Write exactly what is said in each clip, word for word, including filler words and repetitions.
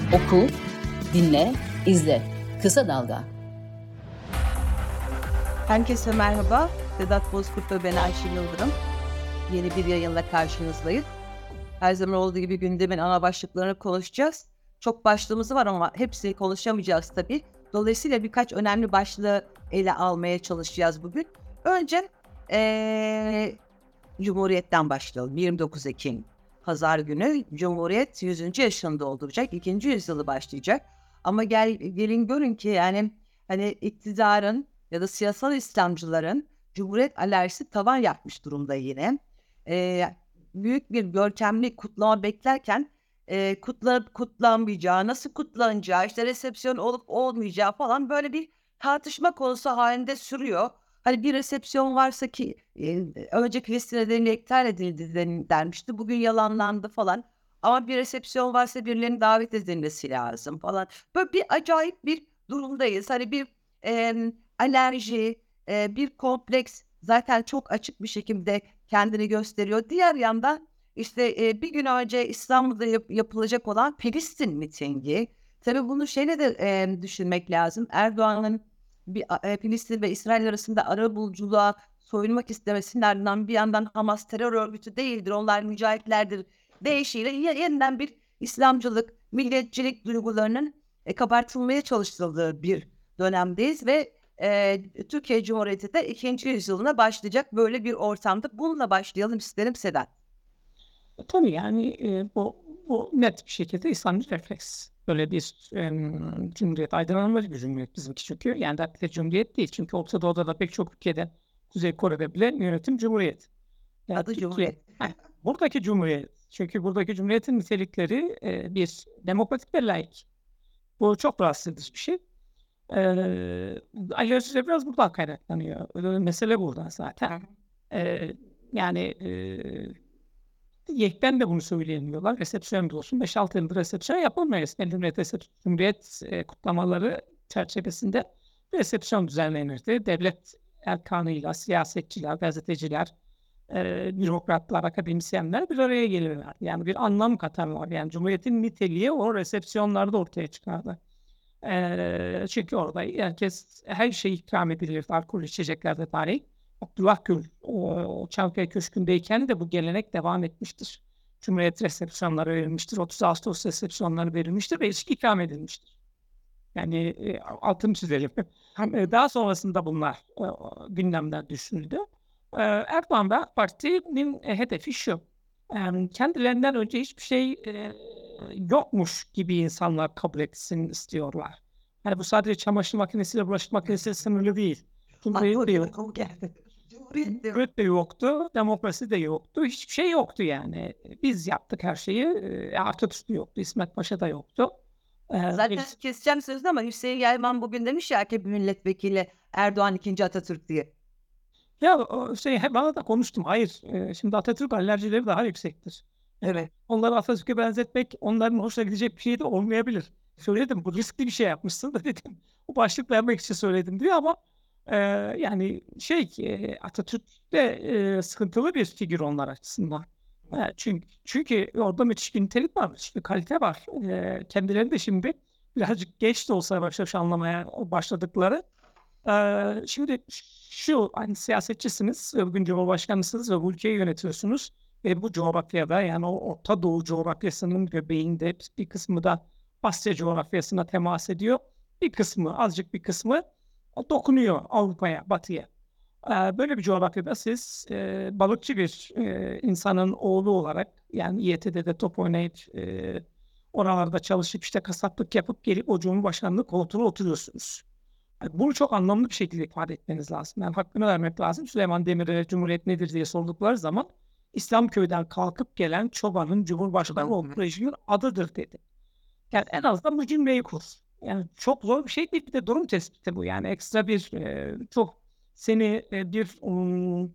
Oku, dinle, izle. Kısa Dalga. Herkese merhaba. Sedat Bozkurt ve ben Ayşe Yıldırım. Yeni bir yayınla karşınızdayız. Her zaman olduğu gibi gündemin ana başlıklarını konuşacağız. Çok başlığımız var ama hepsini konuşamayacağız tabii. Dolayısıyla birkaç önemli başlığı ele almaya çalışacağız bugün. Önce ee, Cumhuriyet'ten başlayalım. yirmi dokuz Ekim Pazar günü Cumhuriyet yüzüncü yaşını dolduracak. ikinci yüzyılı başlayacak. Ama gel, gelin görün ki yani hani iktidarın ya da siyasal İslamcıların Cumhuriyet alerjisi tavan yapmış durumda yine. Ee, büyük bir görkemli kutlama beklerken e, kutlanıp kutlanmayacağı, nasıl kutlanacağı, işte resepsiyon olup olmayacağı falan böyle bir tartışma konusu halinde sürüyor. Hani bir resepsiyon varsa ki e, önce Filistin nedeniyle iptal edildi denmişti. Bugün yalanlandı falan. Ama bir resepsiyon varsa birilerinin davet edilmesi lazım falan. Böyle bir acayip bir durumdayız. Hani bir e, alerji, e, bir kompleks zaten çok açık bir şekilde kendini gösteriyor. Diğer yandan işte e, bir gün önce İstanbul'da yap- yapılacak olan Filistin mitingi. Tabii bunu şeyle de e, düşünmek lazım. Erdoğan'ın bir e, Filistin ve İsrail arasında arabuluculuğa soyunmak istemesinin ardından bir yandan Hamas terör örgütü değildir, onlar mücahitlerdir deyişiyle yeniden bir İslamcılık, milliyetçilik duygularının e, kabartılmaya çalıştırıldığı bir dönemdeyiz ve e, Türkiye Cumhuriyeti de ikinci yüzyılına başlayacak böyle bir ortamda. Bununla başlayalım isterim Sedat. E, Tabii yani e, bu, bu net bir şekilde İslamcı refleks. Böyle bir e, cumhuriyet, aydınlanmacı bir cumhuriyet bizimki çünkü. Yani de cumhuriyet değil. Çünkü Orta Doğu'da da pek çok ülkede, Kuzey Kore'de bile yönetim cumhuriyet. Yani Adı Türkiye, Cumhuriyet. heh, buradaki cumhuriyet. Çünkü buradaki cumhuriyetin nitelikleri e, bir demokratik ve laik. Bu çok rahatsız edici bir şey. E, alerji de biraz buradan kaynaklanıyor. Öyle mesele buradan zaten. E, yani e, Yekten de bunu söyleyemiyorlar. Resepsiyon da olsun. beş altı yıldır resepsiyon yapılmıyor. Cumhuriyet, resepsiyon, Cumhuriyet e, kutlamaları çerçevesinde resepsiyon düzenlenirdi. Devlet erkanıyla, siyasetçiler, gazeteciler, e, bürokratlar, akademisyenler bir araya gelirler. Yani bir anlam katarlar. Yani Cumhuriyet'in niteliği o resepsiyonlarda ortaya çıkardı. E, çünkü orada herkes her şey ikram edilir. Alkol içecekler de dahil. Abdullah Gül o, o Çankaya Köşkü'ndeyken de bu gelenek devam etmiştir. Cumhuriyet resepsiyonları verilmiştir. otuz Ağustos resepsiyonları verilmiştir ve içki ikram edilmiştir. Yani e, altını çizelim. E, Daha sonrasında bunlar e, gündemden düşürüldü. E, Erdoğan ve AK Parti'nin e, hedefi şu. E, kendilerinden önce hiçbir şey e, yokmuş gibi insanlar kabul etsin istiyorlar. Yani bu sadece çamaşır makinesiyle bulaşık makinesiyle sınırlı değil. Cumhuriyet de yok. Cumhuriyet de yoktu, demokrasi de yoktu, hiçbir şey yoktu yani. Biz yaptık her şeyi. E, Atatürk de yoktu, İsmet Paşa da yoktu. E, Zaten biz- keseceğim sözünü ama Hüseyin Yayman bugün demiş ya A K P milletvekili Erdoğan ikinci Atatürk diye. Ya o şey he- bana da konuştum. Hayır, e, şimdi Atatürk alerjileri daha yüksektir. Evet. Onları Atatürk'e benzetmek onların hoşuna gidecek bir şey de olmayabilir. Söyledim bu riskli bir şey yapmışsın da dedim. Bu başlık vermek için söyledim diyor ama e, yani şey e, Atatürk de e, sıkıntılı bir figür onlar açısından. E, çünkü çünkü orada müthiş bir nitelik var, müthiş bir kalite var. E, kendileri de şimdi birazcık geç de olsa başlamış anlamaya başladıkları. Ee, şimdi şu hani siyasetçisiniz, ve bugün Cumhurbaşkanısınız ve bu ülkeyi yönetiyorsunuz. Ve bu coğrafyada yani o Orta Doğu coğrafyasının göbeğinde bir kısmı da Asya coğrafyasına temas ediyor. Bir kısmı, azıcık bir kısmı dokunuyor Avrupa'ya, Batı'ya. Ee, böyle bir coğrafyada siz e, balıkçı bir e, insanın oğlu olarak yani İ E T'de de top oynayıp e, oralarda çalışıp işte kasaplık yapıp gelip o Cumhurbaşkanlığı koltuğuna oturuyorsunuz. Yani bunu çok anlamlı bir şekilde ifade etmeniz lazım. Yani hakkını vermek lazım. Süleyman Demirel'e Cumhuriyet nedir diye sordukları zaman İslamköy'den kalkıp gelen çobanın Cumhurbaşkanı olduğu rejimin adıdır dedi. Yani en azından bu cümleyi kur. Yani çok zor bir şey değil. Bir de durum tespiti bu. Yani ekstra bir e, çok seni e, bir um,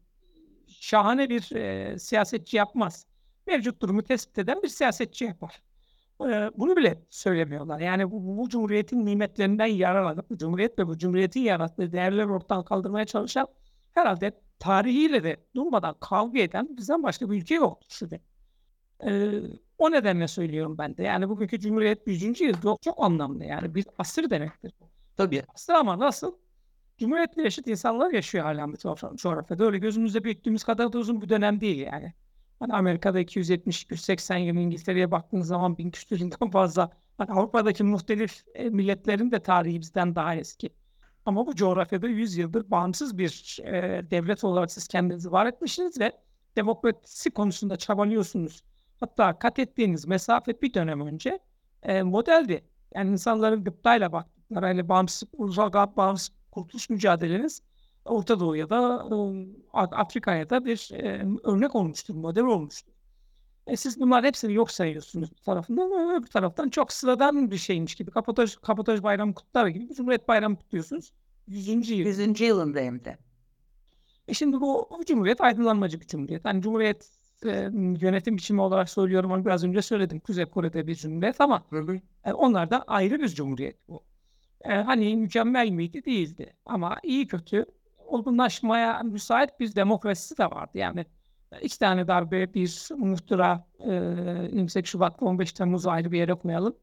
şahane bir e, siyasetçi yapmaz. Mevcut durumu tespit eden bir siyasetçi yapar. Ee, Bunu bile söylemiyorlar. Yani bu, bu cumhuriyetin nimetlerinden yararlanıp, bu cumhuriyet ve bu cumhuriyetin yarattığı değerleri ortadan kaldırmaya çalışan herhalde tarihiyle de durmadan kavga eden bizden başka bir ülke yok. Şimdi. E, o nedenle söylüyorum ben de. Yani bugünkü Cumhuriyet yüzüncü yıl çok, çok anlamlı. Yani bir asır demektir. Tabii. Asır ama nasıl? Cumhuriyetle yaşıt insanlar yaşıyor hala bu coğraf- coğrafyada. Öyle gözümüzde büyüttüğümüz kadar da uzun bir dönem değil yani. Hani Amerika'da iki yüz yetmiş iki yüz seksen yıl, İngiltere'ye baktığınız zaman bin küsur yıldan fazla. Hani Avrupa'daki muhtelif e, milletlerin de tarihi bizden daha eski. Ama bu coğrafyada yüz yıldır bağımsız bir e, devlet olarak siz kendinizi var etmişsiniz ve demokrasi konusunda çabalıyorsunuz. Hatta kat ettiğiniz mesafe bir dönem önce e, modeldi. Yani insanların gıptayla baktıkları, hani bağımsız, ulusal bağımsız kurtuluş mücadeleniz Orta Doğu'ya da e, Afrika'ya da bir e, örnek olmuştur, model olmuştur. E siz bunların hepsini yok sayıyorsunuz bir tarafından ama öbür taraftan çok sıradan bir şeymiş gibi. Kapotaj, Kapotaj Bayramı kutlar gibi Cumhuriyet Bayramı kutluyorsunuz. yüzüncü yıl. yüzüncü yılında hem de. E şimdi bu, bu Cumhuriyet aydınlanmacı bir Cumhuriyet. Hani Cumhuriyet e, yönetim biçimi olarak söylüyorum ama biraz önce söyledim. Kuzey Kore'de bir Cumhuriyet ama e, onlar da ayrı bir Cumhuriyet bu. E, hani mükemmel miydi? Değildi. Ama iyi kötü olgunlaşmaya müsait bir demokrasisi de vardı. Yani e, iki tane darbe, bir muhtıra, e, yirmi sekiz Şubat, on beş Temmuz'u ayrı bir yere koyalım.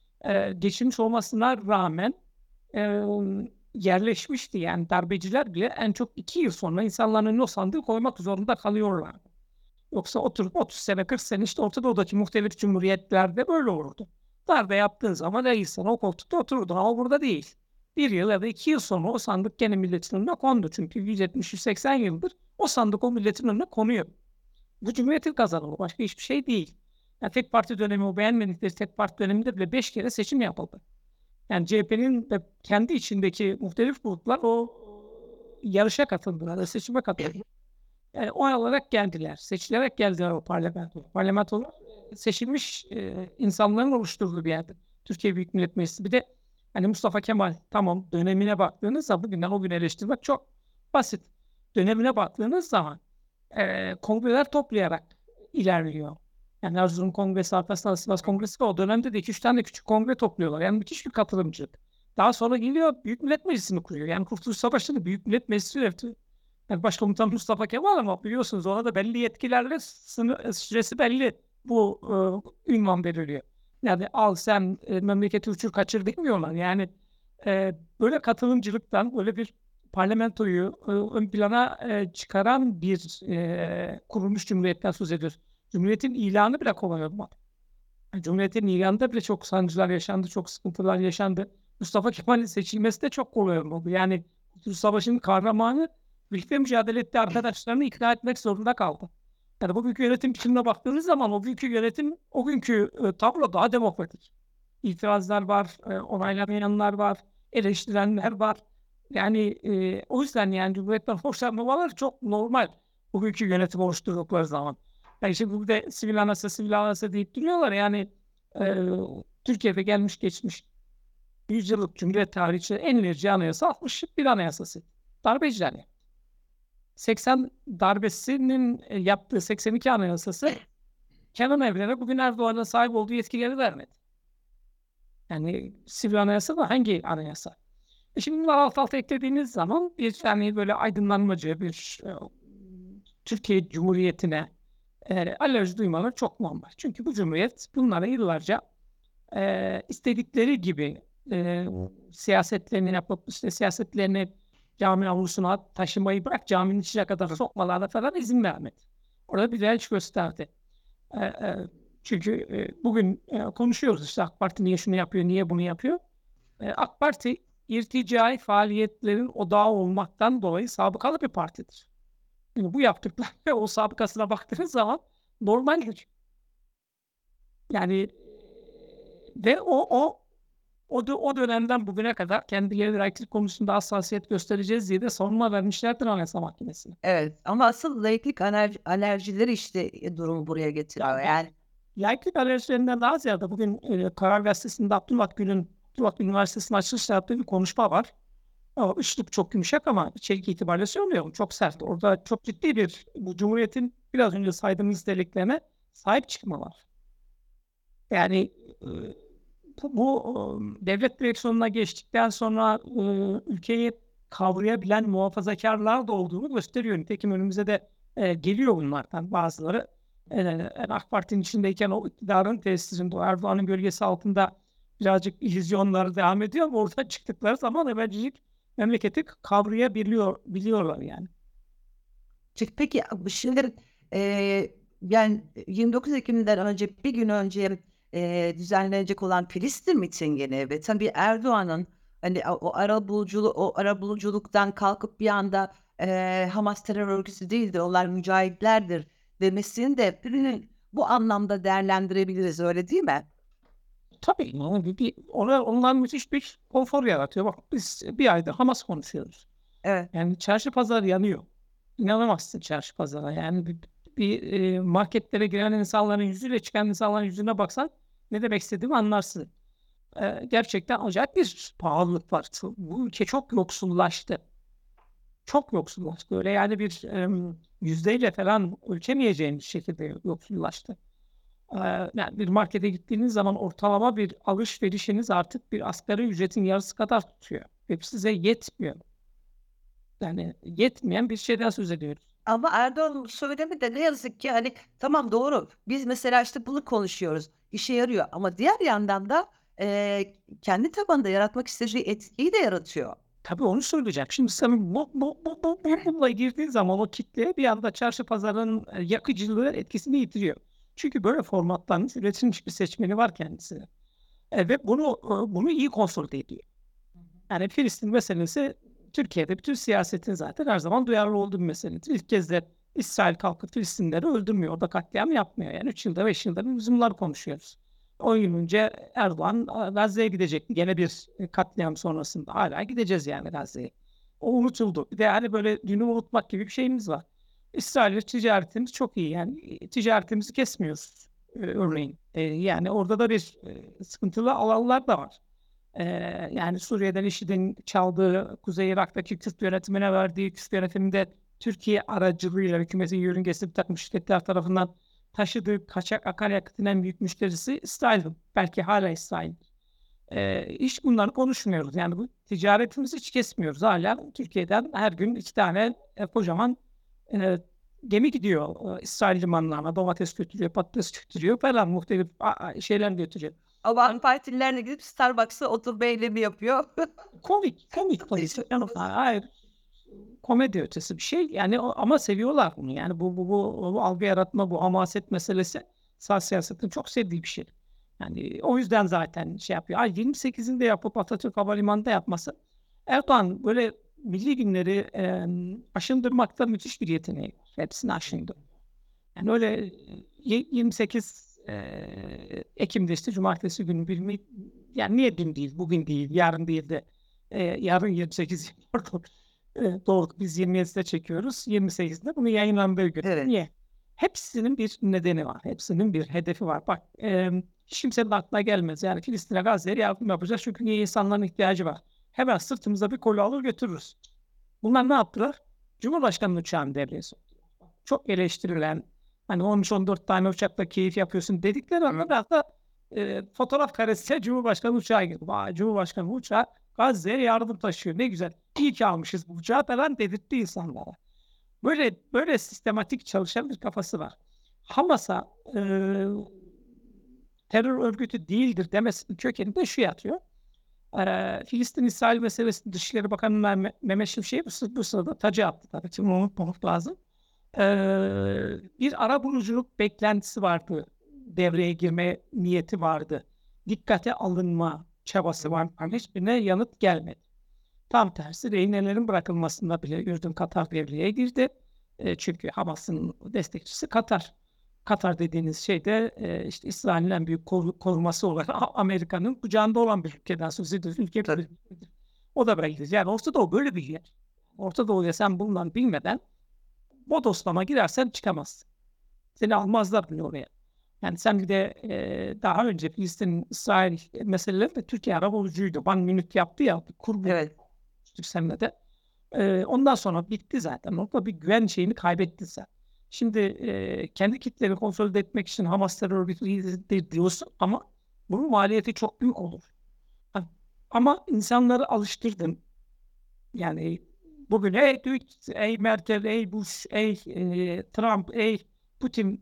E, geçirmiş olmasına rağmen e, yerleşmişti. Yani darbeciler bile en çok iki yıl sonra insanların önüne o sandığı koymak zorunda kalıyorlar. Yoksa oturup otuz sene, kırk sene işte Orta Doğu'daki muhtelif cumhuriyetlerde böyle olurdu. Darbe yaptığın zaman değilsen o koltukta otururdun ama burada değil. Bir yıl ya da iki yıl sonra o sandık gene milletin önüne kondu. Çünkü yüz yetmiş yüz seksen yıldır o sandık o milletin önüne konuyor. Bu cumhuriyetin kazanımı başka hiçbir şey değil. Yani tek parti dönemi, o beğenmedikleri tek parti döneminde bile beş kere seçim yapıldı. Yani C H P'nin de kendi içindeki muhtelif gruplar o yarışa katıldılar, seçime katıldılar. Yani oy alarak geldiler, seçilerek geldiler o parlamento. Parlamentolar seçilmiş e, insanların oluşturduğu bir yerde. Türkiye Büyük Millet Meclisi. Bir de hani Mustafa Kemal, tamam, dönemine baktığınızda bugünden o gün eleştirmek çok basit. Dönemine baktığınız zaman e, kongreler toplayarak ilerliyor. Yani Erzurum Kongresi, arkasında Sivas Kongresi var. O dönemde de iki üç tane küçük kongre topluyorlar. Yani müthiş bir katılımcılık. Daha sonra geliyor Büyük Millet Meclisi'ni kuruyor. Yani Kurtuluş Savaşı'nda Büyük Millet Meclisi yönetiyor. Yani Başkomutan Mustafa Kemal ama biliyorsunuz ona da belli yetkilerle sınır, süresi belli bu e, ünvan veriliyor. Yani al sen e, memleketi uçur kaçır demiyorlar. Yani e, böyle katılımcılıktan böyle bir parlamentoyu e, ön plana e, çıkaran bir e, kurulmuş cumhuriyetten söz ediyoruz. Cumhuriyetin ilanı bile kolay olmadı. Yani Cumhuriyetin ilanında bile çok sancılar yaşandı, çok sıkıntılar yaşandı. Mustafa Kemal'in seçilmesi de çok kolay olmadı. Yani Kurtuluş Savaşı'nın kahramanı birlikte mücadele ettiği arkadaşlarını ikna etmek zorunda kaldı. Yani bugünkü yönetim biçimine baktığınız zaman o günkü yönetim, o günkü e, tablo daha demokratik. İtirazlar var, e, onaylamayanlar var, eleştirenler var. Yani e, o yüzden yani Cumhuriyet'ten hoşlanmamaları çok normal bugünkü yönetim oluşturdukları zaman. Yani şimdi burada sivil anayasa, sivil anayasa deyip duruyorlar. Yani e, Türkiye'de gelmiş geçmiş yüz yıllık Cumhuriyet tarihi en ilerici anayasa altmış bir anayasası. Darbeciler yani. seksen darbesinin yaptığı seksen iki anayasası Kenan Evren'e bugün Erdoğan'ın sahip olduğu yetkileri vermedi. Yani sivil anayasa da hangi anayasa? E şimdi bunları alt alta eklediğiniz zaman bir yani böyle aydınlanmacı bir e, Türkiye Cumhuriyeti'ne e, alerji duymaları çok normal. Çünkü bu Cumhuriyet bunlara yıllarca e, istedikleri gibi e, siyasetlerini yapıp işte siyasetlerini cami avlusuna taşımayı bırak caminin içine kadar sokmalarına falan izin vermedi. Orada bir direnç gösterdi. E, e, çünkü e, bugün e, konuşuyoruz işte AK Parti niye şunu yapıyor, niye bunu yapıyor. E, AK Parti irticai faaliyetlerin odağı olmaktan dolayı sabıkalı bir partidir. Yani bu yaptıkları ve o sabıkasına baktığınız zaman normaldir. Yani ve o o o, da, o dönemden bugüne kadar kendileri laiklik konusunda hassasiyet göstereceğiz diye de savunma vermişlerdir Anayasa Mahkemesi'ne. Evet ama asıl laiklik alerji, alerjileri işte durumu buraya getiriyor. Yani Laiklik alerjilerinden daha ziyade bugün e, Karar Gazetesi'nde Abdullah Gül'ün Abdullah Gül Üniversitesi'nin açılışta yaptığı bir konuşma var. O üslup çok yumuşak ama içerik itibariyle söylüyorum çok sert. Orada çok ciddi bir bu Cumhuriyet'in biraz önce saydığımız niteliklerine sahip çıkma var. Yani e, bu, bu e, devlet direksiyonuna geçtikten sonra e, ülkeyi kavrayabilen muhafazakarlar da olduğunu gösteriyor. Nitekim önümüze de e, geliyor bunlardan bazıları. e, yani AK Parti'nin içindeyken o iktidarın tesisinde, o Erdoğan'ın gölgesi altında birazcık illüzyonlar devam ediyor ama oradan çıktıkları zaman hemencik memleketi kavrayabiliyor, biliyorlar yani. Çünkü Peki şimdi e, yani yirmi dokuz Ekim'den önce bir gün önce e, düzenlenecek olan Filistin mitingini ve tabii Erdoğan'ın hani o, o arabuluculuk o arabuluculuktan kalkıp bir anda e, Hamas terör örgütü değildir, onlar mücahitlerdir demesini de bu anlamda değerlendirebiliriz, öyle değil mi? Tabii yani bir, bir, onlar, onlar müthiş bir konfor yaratıyor. Bak biz bir aydır Hamas konuşuyoruz. Evet. Yani çarşı pazar yanıyor. İnanamazsın çarşı pazara. Yani bir, bir e, marketlere giren insanların yüzüyle çıkan insanların yüzüne baksan ne demek istediğimi anlarsın. E, gerçekten acayip bir pahalılık var. Bu ülke çok yoksullaştı. Çok yoksullaştı. Öyle yani bir e, yüzdeyle falan ölçemeyeceğimiz şekilde yoksullaştı. E, yani bir markete gittiğiniz zaman ortalama bir alışverişiniz artık bir asgari ücretin yarısı kadar tutuyor. Ve size yetmiyor. Yani yetmeyen bir şeyden söz ediyoruz. Ama Erdoğan'ın bu söylemi de ne yazık ki hani tamam, doğru. Biz mesela işte bunu konuşuyoruz. İşe yarıyor ama diğer yandan da eee, kendi tabanında yaratmak istediği etkiyi de yaratıyor. Tabii onu söyleyeceğim. Şimdi sen bu, bu, bu, bu, bununla girdiğin zaman o kitle bir anda çarşı pazarın e, yakıcılığı etkisini yitiriyor. Çünkü böyle formatlanmış, üretilmiş bir seçmeni var kendisine. E, ve bunu e, bunu iyi konsolide ediyor. Yani Filistin meselesi Türkiye'de bütün siyasetin zaten her zaman duyarlı olduğu bir meseledir. İlk kez de İsrail kalkıp Filistinleri öldürmüyor. Orada katliam yapmıyor. Yani üç yılda beş yılda biz bunlar konuşuyoruz. on yıl önce Erdoğan Gazze'ye gidecekti. Gene bir katliam sonrasında. Hala gideceğiz yani Gazze'ye. O unutuldu. Bir de hani böyle dünü unutmak gibi bir şeyimiz var. İsrail'le ticaretimiz çok iyi. Yani ticaretimizi kesmiyoruz e, örneğin. E, yani orada da bir e, sıkıntılı alanlar da var. Ee, yani Suriye'den IŞİD'in çaldığı, Kuzey Irak'taki Kürt yönetimine verdiği, Kürt yönetiminde Türkiye aracılığıyla hükümetin yörüngesinde bir takım şirketler tarafından taşıdığı kaçak akaryakıtın en büyük müşterisi İsrail. Belki hala İsrail. Ee, hiç bunları konuşmuyoruz. Yani bu ticaretimizi hiç kesmiyoruz. Hala Türkiye'den her gün iki tane e, kocaman e, gemi gidiyor. E, İsrail limanlarına domates götürüyor, patates götürüyor falan, muhtelif a- a- şeyler götürüyor. Ama AK Partililerle gidip Starbucks'a oturma eylemi yapıyor. Komik, komik polis. Yani, hayır, komedi ötesi bir şey. Yani o- ama seviyorlar bunu. Yani bu, bu, bu, bu algı yaratma, bu hamaset meselesi sağ siyasetin çok sevdiği bir şey. Yani o yüzden zaten şey yapıyor. Ay yirmi sekizinde yapıp Atatürk Havalimanı'nda yapması. Erdoğan böyle milli günleri e, aşındırmakta müthiş bir yeteneği var. Hepsini aşındı. Yani öyle e, yirmi sekiz e, Ekim'de işte cumartesi günü bir mi- yani niye dün değil, bugün değil, yarın değil de e, yarın yirmi sekiz pardon, e, doğru biz yirmi yedisinde çekiyoruz. yirmi sekizinde bunu yayınlandığı gün. Evet. Niye? Hepsinin bir nedeni var. Hepsinin bir hedefi var. Bak e, hiç kimsenin aklına gelmez. Yani Filistin'e, Gazze'ye yardım yapacağız. Çünkü niye insanların ihtiyacı var. Hemen sırtımıza bir kolu alır götürürüz. Bunlar ne yaptılar? Cumhurbaşkanı'nın uçağını devreye soktular. Çok eleştirilen, hani on üç on dört tane uçakla keyif yapıyorsun dedikleri anda biraz da e, fotoğraf karesiyle Cumhurbaşkanı uçağı girdi. Vay, Cumhurbaşkanı uçağı Gazze'ye yardım taşıyor. Ne güzel. İyi ki almışız bu uçağı falan dedirtti insanlara. Böyle böyle sistematik çalışan bir kafası var. Hamas'a e, terör örgütü değildir demesinin kökeninde şu yatıyor. E, Filistin-İsrail meselesi Dışişleri Bakanı Mehmet, Mehmet Şimşek'i bu, sı- bu sırada tacı attı tabii. Şimdi unutmamak lazım. E, bir arabuluculuk beklentisi vardı. Devreye girme niyeti vardı. Dikkate alınma çabası var. Ama hiçbirine yanıt gelmedi. Tam tersi rehinelerin bırakılmasında bile Ürdün Katar devreye girdi. E, çünkü Hamas'ın destekçisi Katar. Katar dediğiniz şey de e, işte İsrail'in en büyük kor- koruması olarak A- Amerika'nın kucağında olan bir ülkeden söz ediyoruz. Ülke Tabii. o da bellidir. Yani Orta Doğu böyle bir yer. Orta Doğu'ya sen bundan bilmeden bodoslama girersen çıkamazsın. Seni almazlar bile oraya. Yani sen bir de e, daha önce Filistin-İsrail meseleleri de Türkiye arabulucuydu. Ban Münih yaptı ya, bir kurgu Evet. seninle de. Ee, ondan sonra bitti zaten. Orada bir güven şeyini kaybettin sen. Şimdi e, kendi kitlerini konsolide etmek için Hamas terör örgütü diyorsun ama bunun maliyeti çok büyük olur. Ha, ama insanları alıştırdın. Yani bugün ey Türk, ey Merkel, ey Bush, ey e, Trump, ey Putin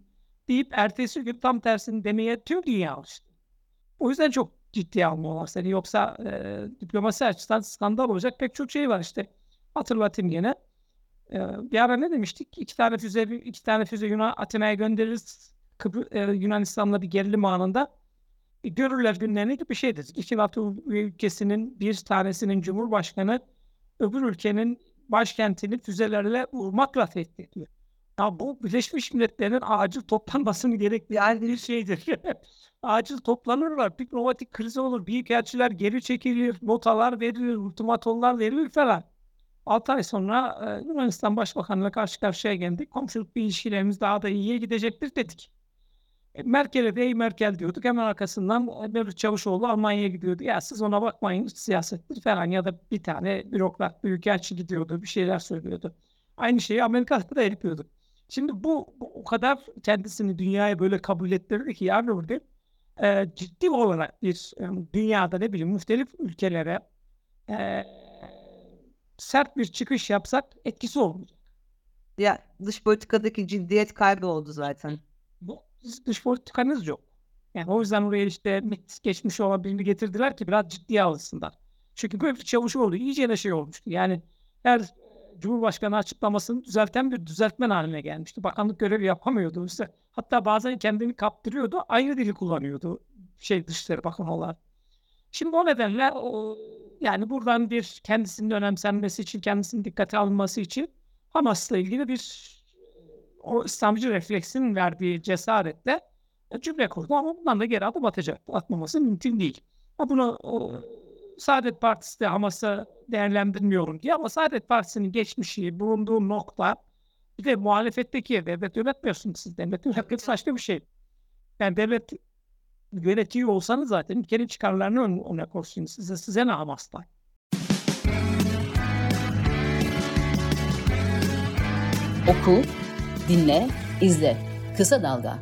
deyip ertesi gün tam tersini demeye tüm dünya alıştı. O yüzden çok ciddiye almıyorlar seni. Yoksa e, diplomasi açısından skandal olacak pek çok şey var işte. Hatırlatayım yine. E, bir ara ne demiştik? İki tane füze, iki tane füze Yunan Atina'ya göndeririz. Kıbr e, Yunanistan'la bir gerilim anında. E, görürler günlerini gibi bir şey dedik. İki NATO ülkesinin bir tanesinin cumhurbaşkanı öbür ülkenin başkentini füzelerle vurmakla tehdit ediyor. Ya bu Birleşmiş Milletler'in acil toplanmasını gerektiren bir şeydir. Acil toplanırlar, diplomatik kriz olur, büyükelçiler geri çekilir, notalar verilir, ultimatomlar verilir falan. altı ay sonra e, Yunanistan Başbakanı'yla karşı karşıya geldik. Komşuluk bir ilişkilerimiz daha da iyiye gidecektir dedik. E, Merkel'e de ey Merkel diyorduk. Hemen arkasından e, Mevlüt Çavuşoğlu Almanya'ya gidiyordu. Ya siz ona bakmayın siyasettir falan ya da bir tane bürokrat, büyükelçi gidiyordu, bir şeyler söylüyordu. Aynı şeyi Amerika'da da yapıyordu. Şimdi bu, bu o kadar kendisini dünyaya böyle kabul ettirdi ki yarın öbür e, ciddi olarak bir e, dünyada ne bileyim muhtelif ülkelere e, sert bir çıkış yapsak etkisi olmayacak. Ya dış politikadaki ciddiyet kaybı oldu zaten. Bu dış politikanız yok. Yani o yüzden oraya işte geçmiş olan birini getirdiler ki biraz ciddiye alsınlar. Çünkü böyle bir Çavuşoğlu iyice de şey olmuştu. Yani her Cumhurbaşkanı açıklamasını düzelten bir düzeltmen haline gelmişti. Bakanlık görevi yapamıyordu. İşte, hatta bazen kendini kaptırıyordu. Aynı dili kullanıyordu şey Dışişleri Bakanı olarak. Şimdi o nedenle o, yani buradan bir kendisinin önemsenmesi için, kendisinin dikkate alınması için Hamas'la ilgili bir o İslamcı refleksinin verdiği cesaretle e, cümle kurdu ama bundan da geri adım atacak. Atmaması mümkün değil. Ha, bunu o, Saadet Partisi de Hamas'ı değerlendirmiyorum diye ama Saadet Partisi'nin geçmişi, bulunduğu nokta bir de muhalefetteki devlet yönetmiyorsunuz siz. Devlet yönetmesi başka bir şey. Yani devlet yönetiyor olsanız zaten ülkenin çıkarlarını ön, öne koysunuz. Size, size ne Hamas'tan? Oku, dinle, izle. Kısa Dalga.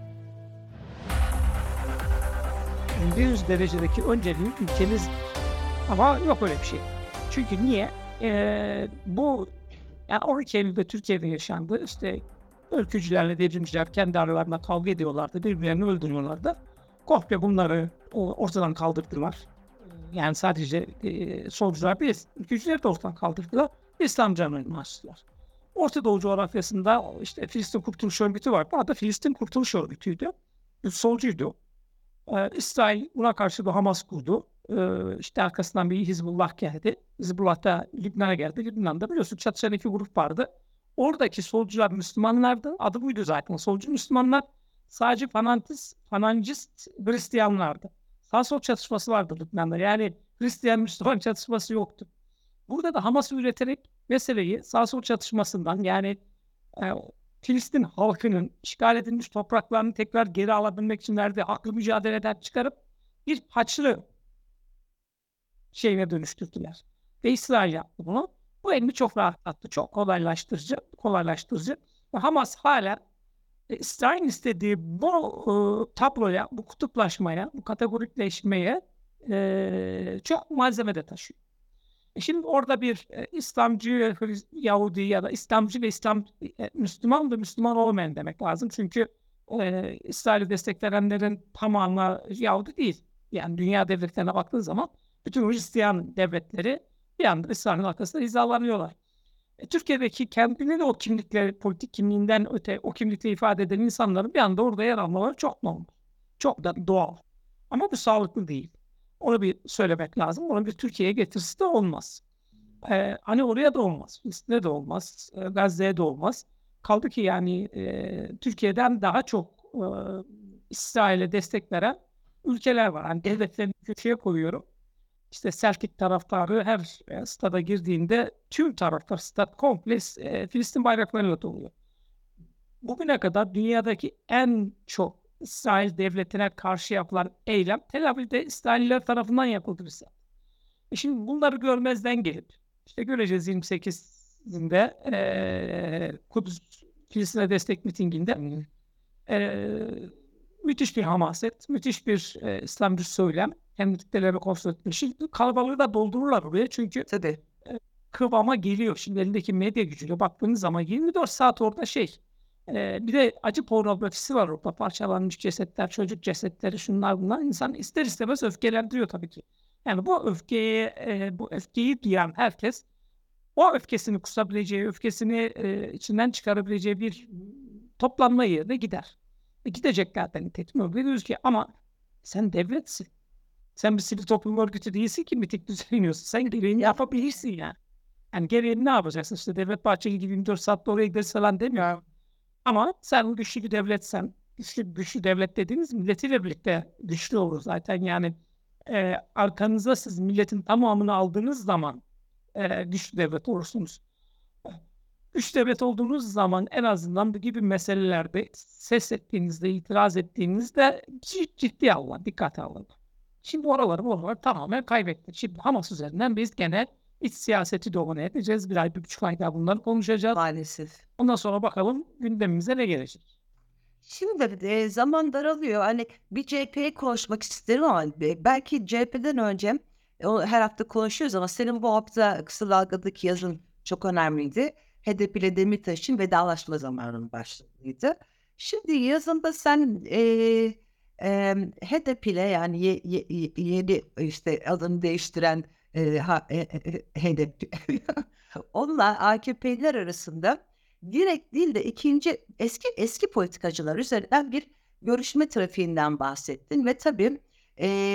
yüz derecedeki önceliği ülkemiz ama yok öyle bir şey. Çünkü niye? Ee, bu yani on iki Eylül'de Türkiye'de yaşandı. İşte ülkücülerle devrimciler kendi aralarında kavga ediyorlardı. Birbirlerini öldürüyorlardı. Komple bunları ortadan kaldırdılar. Yani sadece e, solcular değil, ülkücüleri de ortadan kaldırdılar. İslamcılarını açtılar. Orta Doğu coğrafyasında işte Filistin Kurtuluş Örgütü var. Bu da Filistin Kurtuluş Örgütü'ydü. Solcuydu. Ee, İsrail buna karşı da Hamas kurdu. Ee, işte arkasından bir Hizbullah geldi. Hizbullah da Lübnan'a geldi. Lübnan'da biliyorsun çatışan iki grup vardı. Oradaki solcular Müslümanlardı. Adı buydu zaten. Solcu Müslümanlar sadece fanatist, fanancist Hristiyanlardı. Sağ sol çatışması vardı Lübnan'da. Yani Hristiyan Müslüman çatışması yoktu. Burada da Hamas'ı üreterek meseleyi sağ sol çatışmasından yani e, Filistin halkının işgal edilmiş topraklarını tekrar geri alabilmek için verdiği haklı mücadeleden çıkarıp bir Haçlı şeyine dönüştürdüler. Ve İsrail yaptı bunu. Bu elini çok rahatlattı. Çok kolaylaştırıcı. kolaylaştırıcı. Ve Hamas hala e, İsrail'in istediği bu e, tabloya, bu kutuplaşmaya, bu kategorikleşmeye e, çok malzeme de taşıyor. E şimdi orada bir e, İslamcı, Yahudi ya da İslamcı ve İslam e, Müslüman ve Müslüman olmayan demek lazım. Çünkü e, İsrail'i destekleyenlerin tamamı Yahudi değil. Yani dünya devletlerine baktığı zaman bütün Hristiyan devletleri bir anda İsrail'in arkasında hizalanıyorlar. E, Türkiye'deki kendini de o kimlikleri, politik kimliğinden öte o kimlikle ifade eden insanların bir anda orada yer almaları çok normal. Çok da doğal. Ama bu sağlıklı değil. Onu bir söylemek lazım. Onun bir Türkiye'ye getirisi de olmaz. Ee, hani oraya da olmaz. Filistin'e de olmaz. E, Gazze'ye de olmaz. Kaldı ki yani e, Türkiye'den daha çok e, İsrail'e destek veren ülkeler var. Hani devletlerini köşeye koyuyorum. İşte Selçuk taraftarı her e, stada girdiğinde tüm taraftar stat komple e, Filistin bayraklarıyla doluyor. Bugüne kadar dünyadaki en çok İsrail devletine karşı yapılan eylem Tel Aviv'de İsrailliler tarafından yapıldı bize. E şimdi bunları görmezden gelip işte göreceğiz yirmi sekizinde e, Kudüs Filistin'e destek mitinginde e, müthiş bir hamaset, müthiş bir e, İslamcı söylem. Hem kitleleri kontrol etmiş. Şimdi kalabalığı da doldururlar buraya çünkü Tabii. E, kıvama geliyor. Şimdi elindeki medya gücüyle baktığınız zaman yirmi dört saat orada şey Ee, bir de acı pornografisi var orada. Parçalanmış cesetler, çocuk cesetleri, şunlar bunlar. İnsan ister istemez öfkelendiriyor tabii ki. Yani bu öfkeye, e, bu öfkeyi duyan herkes o öfkesini kusabileceği, öfkesini e, içinden çıkarabileceği bir toplanma yerine gider. E, gideceklerden nitekim öyle diyoruz ki ama sen devletsin. Sen bir sivil toplum örgütü değilsin ki miting düzenliyorsun. Sen gereğini yapabilirsin yani. Yani gereğini ne yapacaksın? İşte Devlet Bahçeli gibi yirmi dört saatte oraya gideriz falan demiyor. Ama sen güçlü bir devletsen, güçlü, güçlü devlet dediğiniz milletiyle birlikte güçlü olur zaten. Yani e, arkanıza siz milletin tamamını aldığınız zaman e, güçlü devlet olursunuz. Güçlü devlet olduğunuz zaman en azından bu gibi meselelerde ses ettiğinizde, itiraz ettiğinizde cid- ciddiye alın, dikkate alın. Şimdi oraları oraları tamamen kaybettik. Şimdi Hamas üzerinden biz gene iç siyaseti domine edeceğiz. Bir ay, bir buçuk ay daha bunları konuşacağız. Maalesef. Ondan sonra bakalım gündemimize ne gelecek. Şimdi de zaman daralıyor. Hani bir C H P'yi konuşmak isterim ama be- belki C H P'den önce e, o her hafta konuşuyoruz ama senin bu hafta Kısa Dalga'daki yazın çok önemliydi. H D P ile Demirtaş'ın vedalaşma zamanının başlığıydı. Şimdi yazında sen e, e, H D P ile yani ye- ye- ye- yeni işte adını değiştiren e, ha- e- e- H D P onunla A K P'liler arasında direkt değil de ikinci eski eski politikacılar üzerinden bir görüşme trafiğinden bahsettin ve tabii e,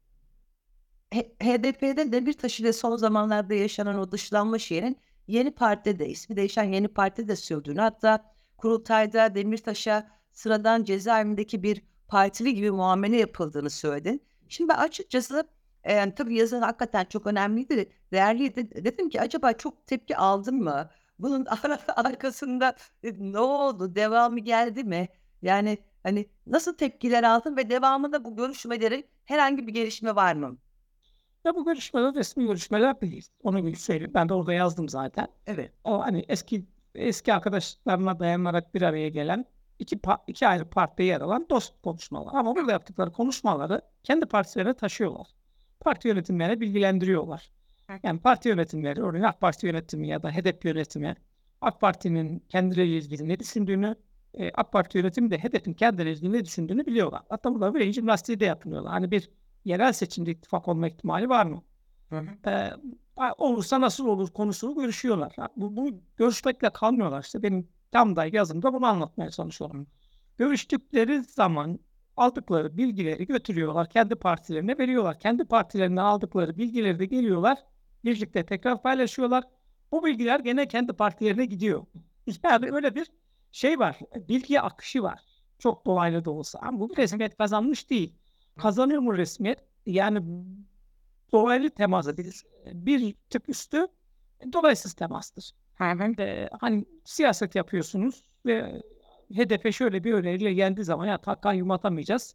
H- HDP'de Demirtaş ile son zamanlarda yaşanan o dışlanma şeyinin yeni partide de ismi değişen yeni partide de sürdüğünü, hatta kurultayda Demirtaş'a sıradan cezaevindeki bir partili gibi muamele yapıldığını söyledin. Şimdi ben açıkçası e, yani tabii yazın hakikaten çok önemliydi, değerliydi. Dedim ki acaba çok tepki aldın mı? Bunun arkasında e, ne oldu? Devamı geldi mi? Yani hani nasıl tepkiler aldın ve devamında bu görüşmelerin herhangi bir gelişme var mı? Ya bu görüşmeler resmi görüşmeler değil. Onu bir söyleyeyim. Ben de orada yazdım zaten. Evet. O hani eski eski arkadaşlarına dayanarak bir araya gelen iki pa- iki ayrı partide yer alan dost konuşmalar. Ama burada yaptıkları konuşmaları kendi partilerine taşıyorlar. Parti yönetimlerine bilgilendiriyorlar. Yani parti yönetimleri, örneğin AK Parti yönetimi ya da H D P yönetimi AK Parti'nin kendileriyle ilgili ne düşündüğünü, e, AK Parti yönetimi de H D P'nin kendileriyle ilgili ne düşündüğünü biliyorlar. Hatta burada bir jimnastiği de yapıyorlar. Hani bir yerel seçimde ittifak olma ihtimali var mı? Hı hı. Ee, olursa nasıl olur konusunu görüşüyorlar. Ha, Bu, bu görüşmekle kalmıyorlar. İşte benim tam da yazımda bunu anlatmaya çalışıyorum. Görüştükleri zaman aldıkları bilgileri götürüyorlar. Kendi partilerine veriyorlar. Kendi partilerinden aldıkları bilgileri de geliyorlar. Birlikte tekrar paylaşıyorlar. Bu bilgiler gene kendi partilerine gidiyor. Yani öyle bir şey var. Bilgi akışı var. Çok dolaylı da olsa. Ama bu resmiyet kazanmış değil. Kazanıyor mu resmiyet? Yani dolaylı temas edilir. Bir tık üstü dolaysız temastır. Ee, hani siyaset yapıyorsunuz ve hedefe şöyle bir öneriyle geldiği zaman ya takkan yumatamayacağız.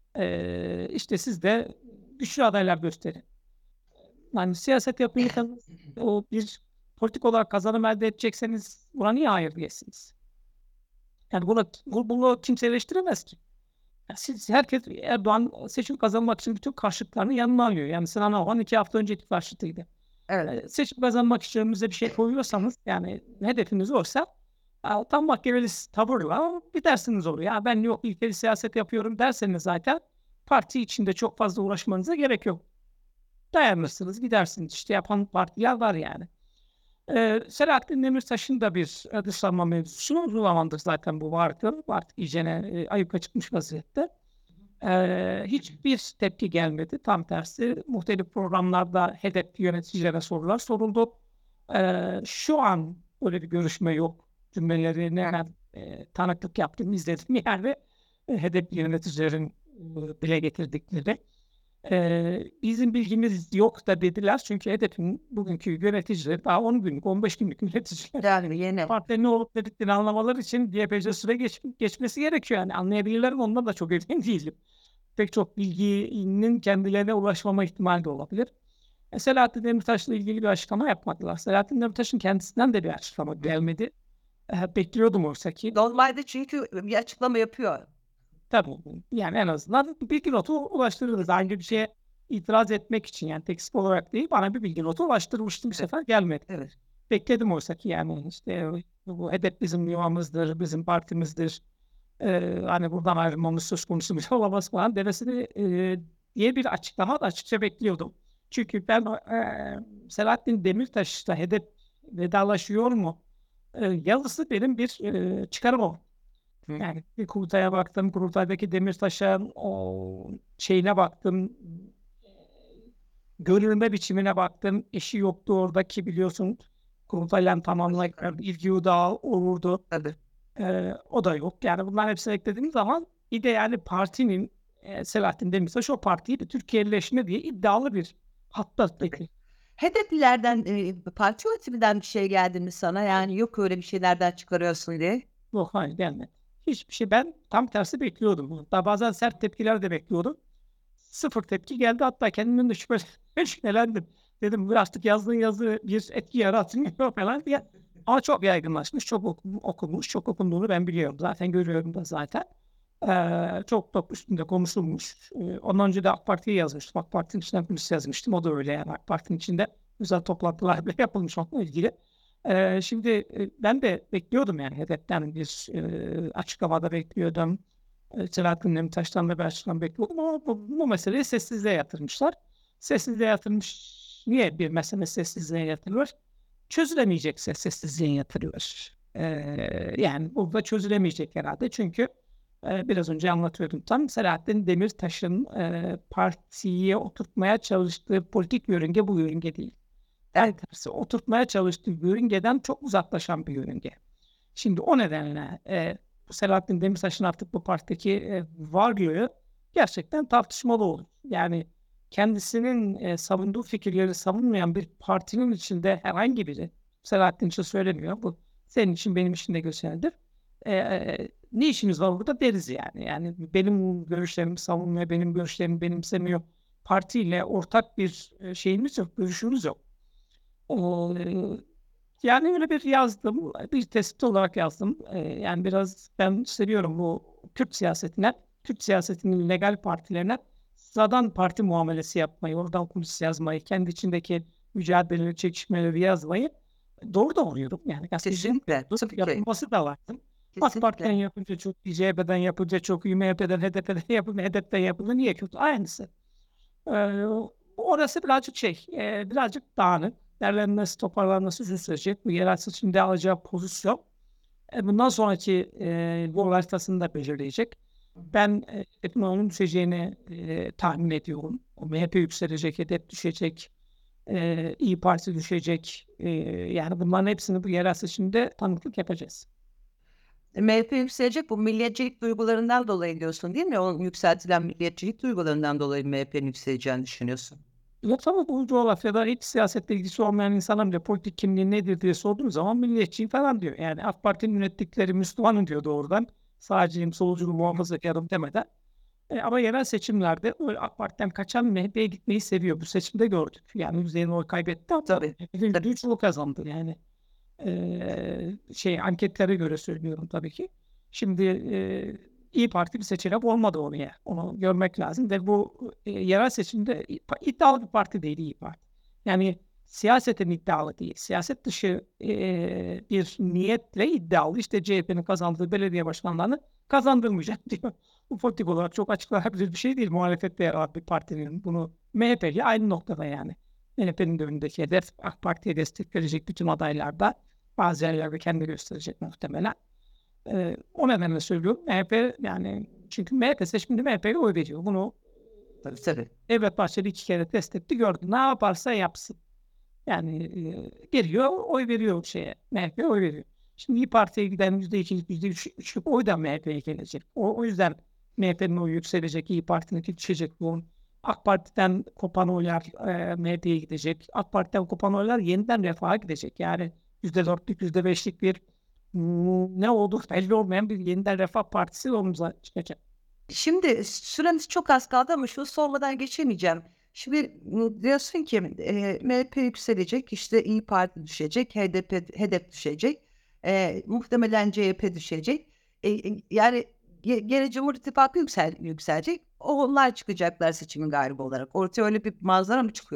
Ee, işte siz de güçlü adaylar gösterin. Yani siyaset yapıyorsanız o bir politik olarak kazanım elde edecekseniz buna niye hayır diyesiniz? Yani bunu, bu- bunu kimse eleştiremez ki. Ya siz, herkes Erdoğan seçim kazanmak için bütün karşıtlarını yanına alıyor. Yani Sinan Oğan iki hafta önceki karşıtıydı. Evet. E, seçim kazanmak için önünüze bir şey koyuyorsanız yani hedefiniz oysa ya, tam mahkemeli tavırla gidersiniz oraya. Ya ben yok ilkeli siyaset yapıyorum derseniz zaten parti içinde çok fazla uğraşmanıza gerek yok. Dayanırsınız gidersiniz. İşte yapan partiler var yani. Ee, Selahattin Demirtaş'ın da bir e, dışlanma mevzusu uzun zamandır zaten bu vardı. Artık iyicene e, ayyuka çıkmış vaziyette. Ee, hiçbir tepki gelmedi. Tam tersi muhtelif programlarda hedefli yöneticilere sorular soruldu. Ee, şu an öyle bir görüşme yok. Cümlelerini hemen e, tanıklık yaptım, izledim. Yani e, hedefli yöneticilerin e, dile getirdikleri. Ee, bizim bilgimiz yok da dediler. Çünkü hedefin bugünkü yöneticileri daha on günlük, on beş günlük yöneticiler. Yani yeni. Partide ne olup dediklerini anlamaları için epeyce süre geç, geçmesi gerekiyor. Yani anlayabilirler mi ondan da çok emin değilim. Pek çok bilginin kendilerine ulaşmama ihtimali de olabilir. E, Selahattin Demirtaş'la ilgili bir açıklama yapmadılar. Selahattin Demirtaş'ın kendisinden de bir açıklama gelmedi. E, bekliyordum oysa ki. Normalde çünkü bir açıklama yapıyor. Tabii yani en azından bir bilgi notu ulaştırırız. Hangi bir şeye itiraz etmek için yani teksip olarak değil bana bir bilgi notu ulaştırmıştı bu sefer gelmedi. Evet. Bekledim oysa ki yani işte Bu HEDEP bizim yuvamızdır, bizim partimizdir. Ee, hani buradan ayrılmamız söz konusu bile olamaz falan demesini e, diye bir açıklama da açıkça bekliyordum. Çünkü ben e, Selahattin Demirtaş'la HEDEP vedalaşıyor mu? E, yazısı benim bir e, çıkarım o. Hı. Yani bir kurultaya baktım, kurultaydaki Demirtaş'ın o şeyine baktım, görülme biçimine baktım. Eşi yoktu oradaki biliyorsun. Kurultayla tamamlayan ilgi odağı olurdu. Tabii. Ee, o da yok. Yani bunların hepsini eklediğimiz zaman bir de yani partinin e, Selahattin Demirtaş o partiyi bir Türkiye'leşme diye iddialı bir hatta peki. HEDEP'lilerden, e, parti yönetiminden bir şey geldi mi sana? Yani yok öyle bir şeylerden çıkarıyorsun diye. Yok hayır gelmedi. Hiçbir şey. Ben tam tersi bekliyordum. Hatta bazen sert tepkiler de bekliyordum. Sıfır tepki geldi. Hatta kendimden de şüphe, şüphelendim. Dedim bu artık yazdığın yazı bir etki yaratmıyor falan diye. Ama çok yaygınlaşmış, çok oku- okunmuş, çok okunduğunu ben biliyorum. Zaten görüyorum da zaten. Ee, çok top üstünde konuşulmuş. Ee, ondan önce de AK Parti'ye yazmıştım. AK Parti'nin içinden kulis yazmıştım. O da öyle yani. AK Parti'nin içinde güzel toplantılar bile yapılmış onunla ilgili. Ee, şimdi e, ben de bekliyordum yani HEDEP'ten bir e, açıklamada bekliyordum. E, Selahattin Demirtaş'tan ve Belçika'dan bekliyordum ama bu, bu meseleyi sessizliğe yatırmışlar. Sessizliğe yatırmış. Niye bir mesele sessizliğe yatırılır? Çözülemeyecekse sessizliğe yatırılır. E, yani bu da çözülemeyecek herhalde. Çünkü e, biraz önce anlatıyordum tam. Selahattin Demirtaş'ın e, partiye oturtmaya çalıştığı politik yörünge bu yörünge değil. Tam tersi oturtmaya çalıştığı yörüngeden çok uzaklaşan bir yörünge. Şimdi o nedenle e, Selahattin Demirtaş'ın artık bu partideki e, varlığı gerçekten tartışmalı olur. Yani kendisinin e, savunduğu fikirleri savunmayan bir partinin içinde herhangi biri, Selahattin için söylemiyor, bu senin için benim için de geçerlidir. E, e, ne işimiz var burada deriz yani. Yani benim görüşlerimi savunmuyor, benim görüşlerimi benimsemiyor. Partiyle ortak bir e, şeyimiz yok, görüşümüz yok. Eee, yani öyle bir yazdım, bir tespit olarak yazdım. Eee, yani biraz ben seviyorum bu Kürt siyasetine, Kürt siyasetinin legal partilerine sıradan parti muamelesi yapmayı, oradan kulis yazmayı, kendi içindeki mücadeleleri, çekişmeleri yazmayı doğru da oluyorum. Yani Kesinlikle. Tabii ki. yapılması da lazım. AK Parti'den Kesinlikle. yapınca çok, C H P'den yapınca çok, M H P'den, H D P'den yapınca, H D P'den yapınca niye kötü? Aynısı. Ee, orası birazcık şey, e, birazcık dağınık. Derlenmesi, toparlanması uzun sürecek. Bu yerel seçimde alacağı pozisyon e, bundan sonraki e, yol haritasını da belirleyecek. Ben e, HDP'nin onun düşeceğini e, tahmin ediyorum. O M H P yükselecek, H D P düşecek, e, İYİ Parti düşecek. E, yani bunların hepsini bu yerel seçimde tanıklık yapacağız. M H P yükselecek, bu milliyetçilik duygularından dolayı diyorsun değil mi? O yükseltilen milliyetçilik duygularından dolayı M H P'nin yükseleceğini düşünüyorsun. Yoksa ama bu coğrafyada hiç siyasetle ilgisi olmayan insana bile politik kimliği nedir diye sorduğum zaman milliyetçiyim falan diyor. Yani AK Parti'nin yönettikleri Müslümanım diyor doğrudan. Sağcıyım, solcuyum, muhafazakarım demeden. E, ama yerel seçimlerde öyle AK Parti'den kaçan M H P'ye gitmeyi seviyor. Bu seçimde gördük. Yani yüzde oy kaybetti ama Tabii. yüzde üç oy kazandı. Yani e, şey anketlere göre söylüyorum tabii ki. Şimdi e, İyi Parti bir seçenek olmadı oraya. Onu görmek lazım ve bu e, yerel seçimde iddialı bir parti değil İyi Parti. Yani siyaseten iddialı değil. Siyaset dışı e, bir niyetle iddialı. İşte C H P'nin kazandığı belediye başkanlarını kazandırmayacak diyor. Bu politik olarak çok açıklanabilir bir şey değil. Muhalefette yer alan bir partinin bunu M H P'li aynı noktada yani. M H P'nin de önündeki hedef AK Parti'ye destek verecek bütün adaylarda bazı yerlerde kendi gösterecek muhtemelen. Ee, o nedenle söylüyorum. M H P yani çünkü M H P seçiminde M H P'ye oy veriyor. Bunu Tabii tabii. Devlet Bahçeli iki kere test etti gördü. Ne yaparsa yapsın. Yani e, geliyor oy veriyor şeye. M H P'ye oy veriyor. Şimdi İYİ Parti'ye giden yüzde ikilik, yüzde üçlük oy da M H P'ye gelecek. O, o yüzden M H P'nin oyu yükselecek, İYİ Parti'nin düşecek bu. AK Parti'den kopan oylar e, M H P'ye gidecek. AK Parti'den kopan oylar yeniden Refah'a gidecek. Yani yüzde dörtlük, yüzde beşlik bir m, ne olduğu belli olmayan bir yeniden Refah Partisi omumuza çıkacak. Şimdi süremiz çok az kaldı ama şunu sormadan geçemeyeceğim. Şimdi m, diyorsun ki e, M H P yükselecek, işte İyi Parti düşecek, H D P, H D P düşecek, e, muhtemelen C H P düşecek. E, e, yani ge- gene Cumhur İttifakı yüksel, yükselecek. Onlar çıkacaklar seçimin galibi olarak. Ortaya öyle bir manzara mı çıkıyor?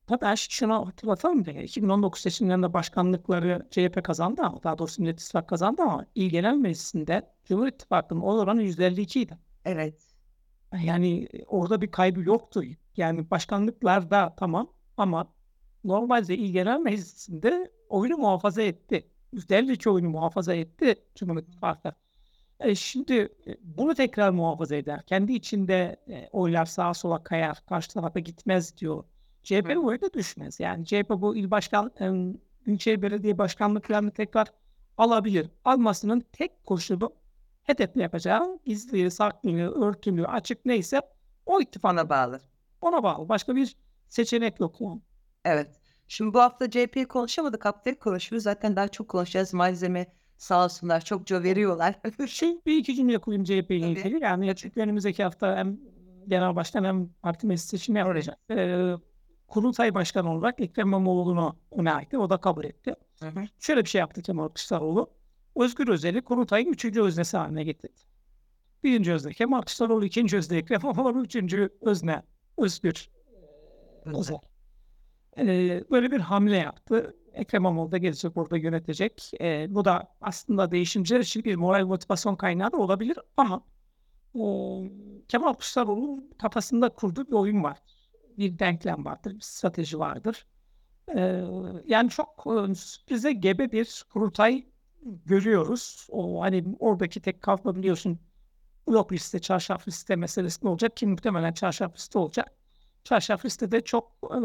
Tabii ben şunu hatırlatalım da iki bin on dokuz seçimlerinde başkanlıkları C H P kazandı ama daha doğrusu Millet İttifakı kazandı ama İl Genel Meclisi'nde Cumhur İttifakı'nın oy oranı yüzde elli iki idi. Evet. Yani orada bir kaybı yoktu. Yani başkanlıklarda tamam ama normalde İl Genel Meclisi'nde oyunu muhafaza etti. yüzde elli iki oyunu muhafaza etti Cumhur İttifakı. E şimdi e, bunu tekrar muhafaza eder. Kendi içinde e, oylar sağa sola kayar, karşı tarafa gitmez diyor. C H P'nin oyu da düşmez. Yani C H P bu il başkan, e, Büyükşehir Belediye Başkanlıklarını tekrar alabilir. Almasının tek koşulu hedefle yapacağı gizli, saklı, örtülü, açık neyse o ittifaka Bana bağlı. ona bağlı. Başka bir seçenek yok yani. Evet. Şimdi bu hafta C H P'yi konuşamadık. Haftaya konuşuyoruz. Zaten daha çok konuşacağız. Malzeme sağ olsunlar. Çokça veriyorlar. Şimdi bir iki cümle koyayım C H P ile Tabii. ilgili. Yani çünkü önümüzdeki hafta hem genel başkan hem parti meclis seçimi yapacak. Ee, Kurultay başkanı olarak Ekrem İmamoğlu'nu öne etti. O da kabul etti. Hı hı. Şöyle bir şey yaptı Kemal Kılıçdaroğlu. Özgür Özel'i Kurultay'ın üçüncü öznesi haline getirdi. Birinci özne Kemal Kılıçdaroğlu, ikinci özne Ekrem İmamoğlu, üçüncü özne Özgür Özel. Ee, böyle bir hamle yaptı. Ekrem İmamoğlu da gelecek orada yönetecek. Ee, bu da aslında değişimciler için bir moral motivasyon kaynağı da olabilir ama o, Kemal Kılıçdaroğlu'nun kafasında kurduğu bir oyun var. Bir denklem vardır, bir strateji vardır. Ee, yani çok e, sürprize gebe bir kurultay görüyoruz. O hani oradaki tek kavga biliyorsun blok liste, çarşaf liste meselesi ne olacak ki muhtemelen çarşaf liste olacak. Çarşaf listede çok e,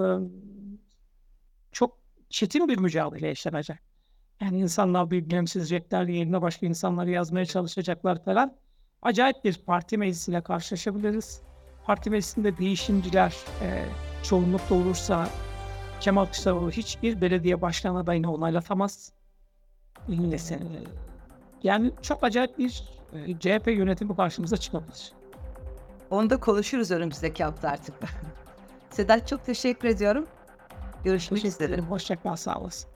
çok çetin bir mücadele yaşanacak. Yani insanlar birbirlerini çizecekler, yerine başka insanları yazmaya çalışacaklar falan. Acayip bir parti meclisiyle karşılaşabiliriz. Parti meclisinde değişimciler e, çoğunlukta olursa Kemal Kılıçdaroğlu hiçbir belediye başkan adayını onaylatamaz. İnlesin. Yani çok acayip bir e, C H P yönetimi karşımıza çıkabilir. Onu da konuşuruz önümüzdeki hafta artık. Sedat çok teşekkür ediyorum. Görüşmek üzere. Hoşça kal, sağ olasın.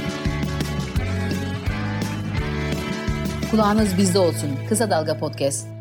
Kulağınız bizde olsun. Kısa Dalga Podcast.